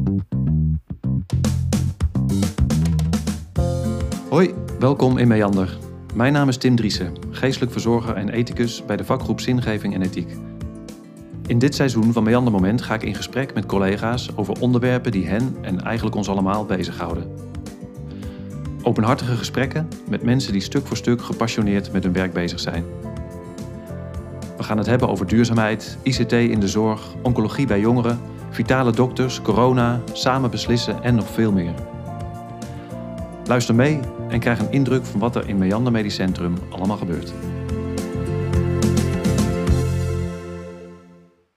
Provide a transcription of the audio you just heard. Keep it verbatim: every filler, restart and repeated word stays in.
Hoi, welkom in Meander. Mijn naam is Tim Driessen, geestelijk verzorger en ethicus bij de vakgroep Zingeving en Ethiek. In dit seizoen van Meander Moment ga ik in gesprek met collega's over onderwerpen die hen en eigenlijk ons allemaal bezighouden. Openhartige gesprekken met mensen die stuk voor stuk gepassioneerd met hun werk bezig zijn. We gaan het hebben over duurzaamheid, I C T in de zorg, oncologie bij jongeren, vitale dokters, corona, samen beslissen en nog veel meer. Luister mee en krijg een indruk van wat er in Meander Medisch Centrum allemaal gebeurt.